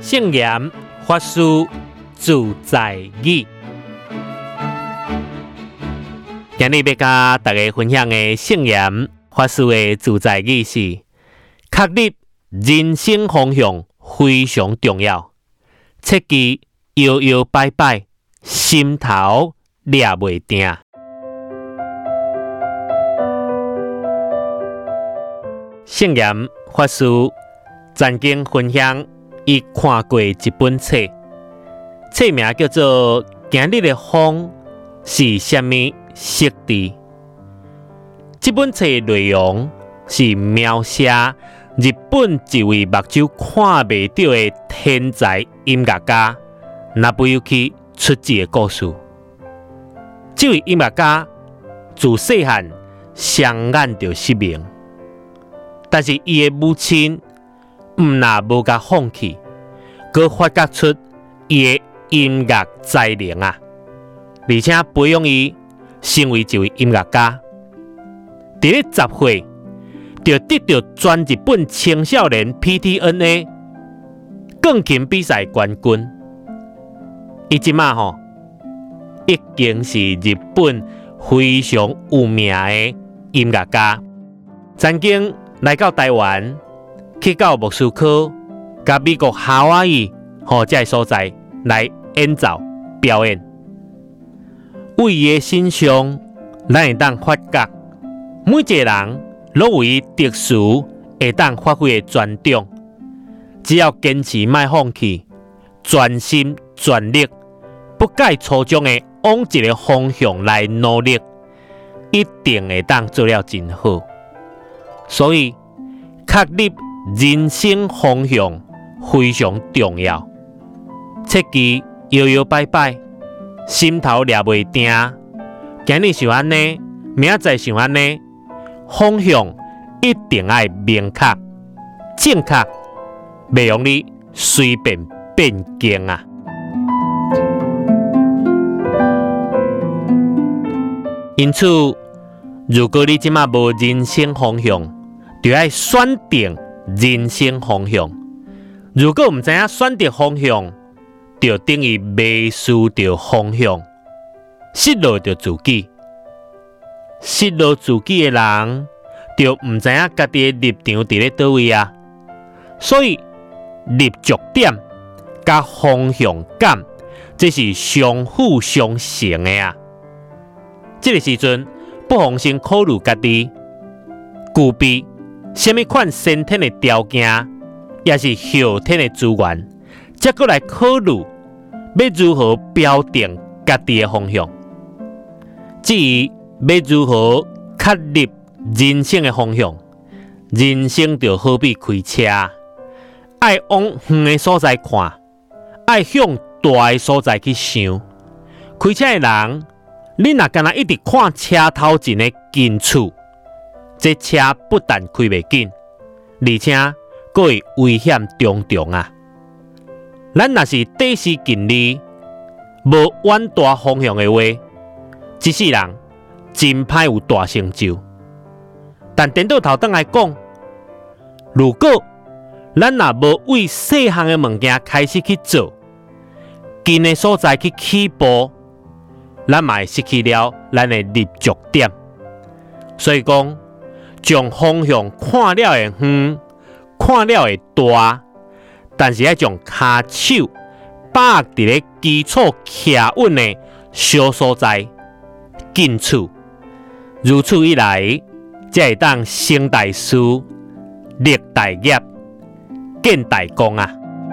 圣严法师自在语，今日要甲大家分享的圣严法师的自在语是：确立人生方向非常重要，切记摇摇摆摆，心头抓袂定。圣严法师曾经分享，伊看过一本册，册名叫做《今日的风是什么色地》。这本册的内容是描写日本一位目睭看袂到的天才音乐家Nobuyuki出世的故事。这位音乐家自细汉双眼就失明。但是伊的母亲毋但无甲放弃，佮发掘出伊的音乐才能啊，而且培养伊成为一位音乐家。伫咧10岁就得到全日本青少年 PTNA 钢琴比赛冠军。伊即马已经是日本非常有名的音乐家，曾经来到台湾，去到莫斯科、甲美国夏威夷这所在来演奏表演。为伊的身上，咱会当发觉，每一个人拢有伊特殊会当发挥的专长，只要坚持莫放弃，全心全力，不改初衷的往一个方向来努力，一定会当做了真好。所以，确立人生方向非常重要，切记摇摇摆摆，心头抓袂定。今日想安尼，明仔载想安尼，方向一定要明确、正确，袂容你随便变更啊！因此，如果你即马无人生方向，就要选定人生方向。如果唔知影选择方向，就等于迷失着方向，失落着自己。失落自己的人，就唔知影家己的立场伫咧倒位啊。所以，立足点甲方向感，这是相辅相成的啊。这个时阵，不妨先考虑家己具备什么款先天的条件，也是后天的资源，再过来考虑要如何标定家己的方向。至于要如何确立人生的方向，人生就好比开车，爱往远的所在看，爱向大的所在去想。开车的人，你若干那一直看车头前的近处，这车不但开袂紧，而且还会危险重重啊！咱若是短视近利，无远大方向的话，一世人真歹有大成就。但颠倒头转来讲，如果咱若无为细项的物件开始去做，近的所在去起步，咱嘛会失去了咱的立足点。所以讲，将方向看了会远，看了会大，但是要将骹手把握伫咧基础徛稳的小所在、近处，如此一来，才会当成大事、立大业、建大功啊！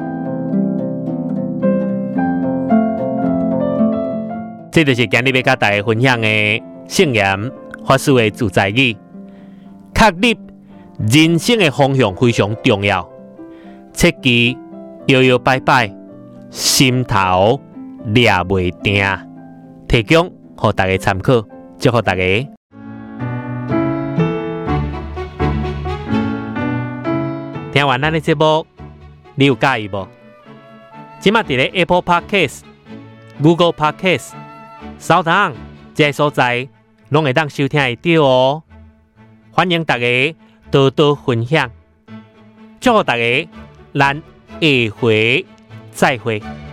这就是今日要甲大家分享的圣严法师的自在语。确立人生的方向非常重要，切记摇摇摆摆，心头抓袂定。提供给大家参考，祝福大家。听完咱的节目，你有介意无？即马伫咧 Apple Podcast、Google Podcast、SoundOn 这些所在，拢会当收听得到哦。欢迎大家多多分享，祝福大家，咱下回再会。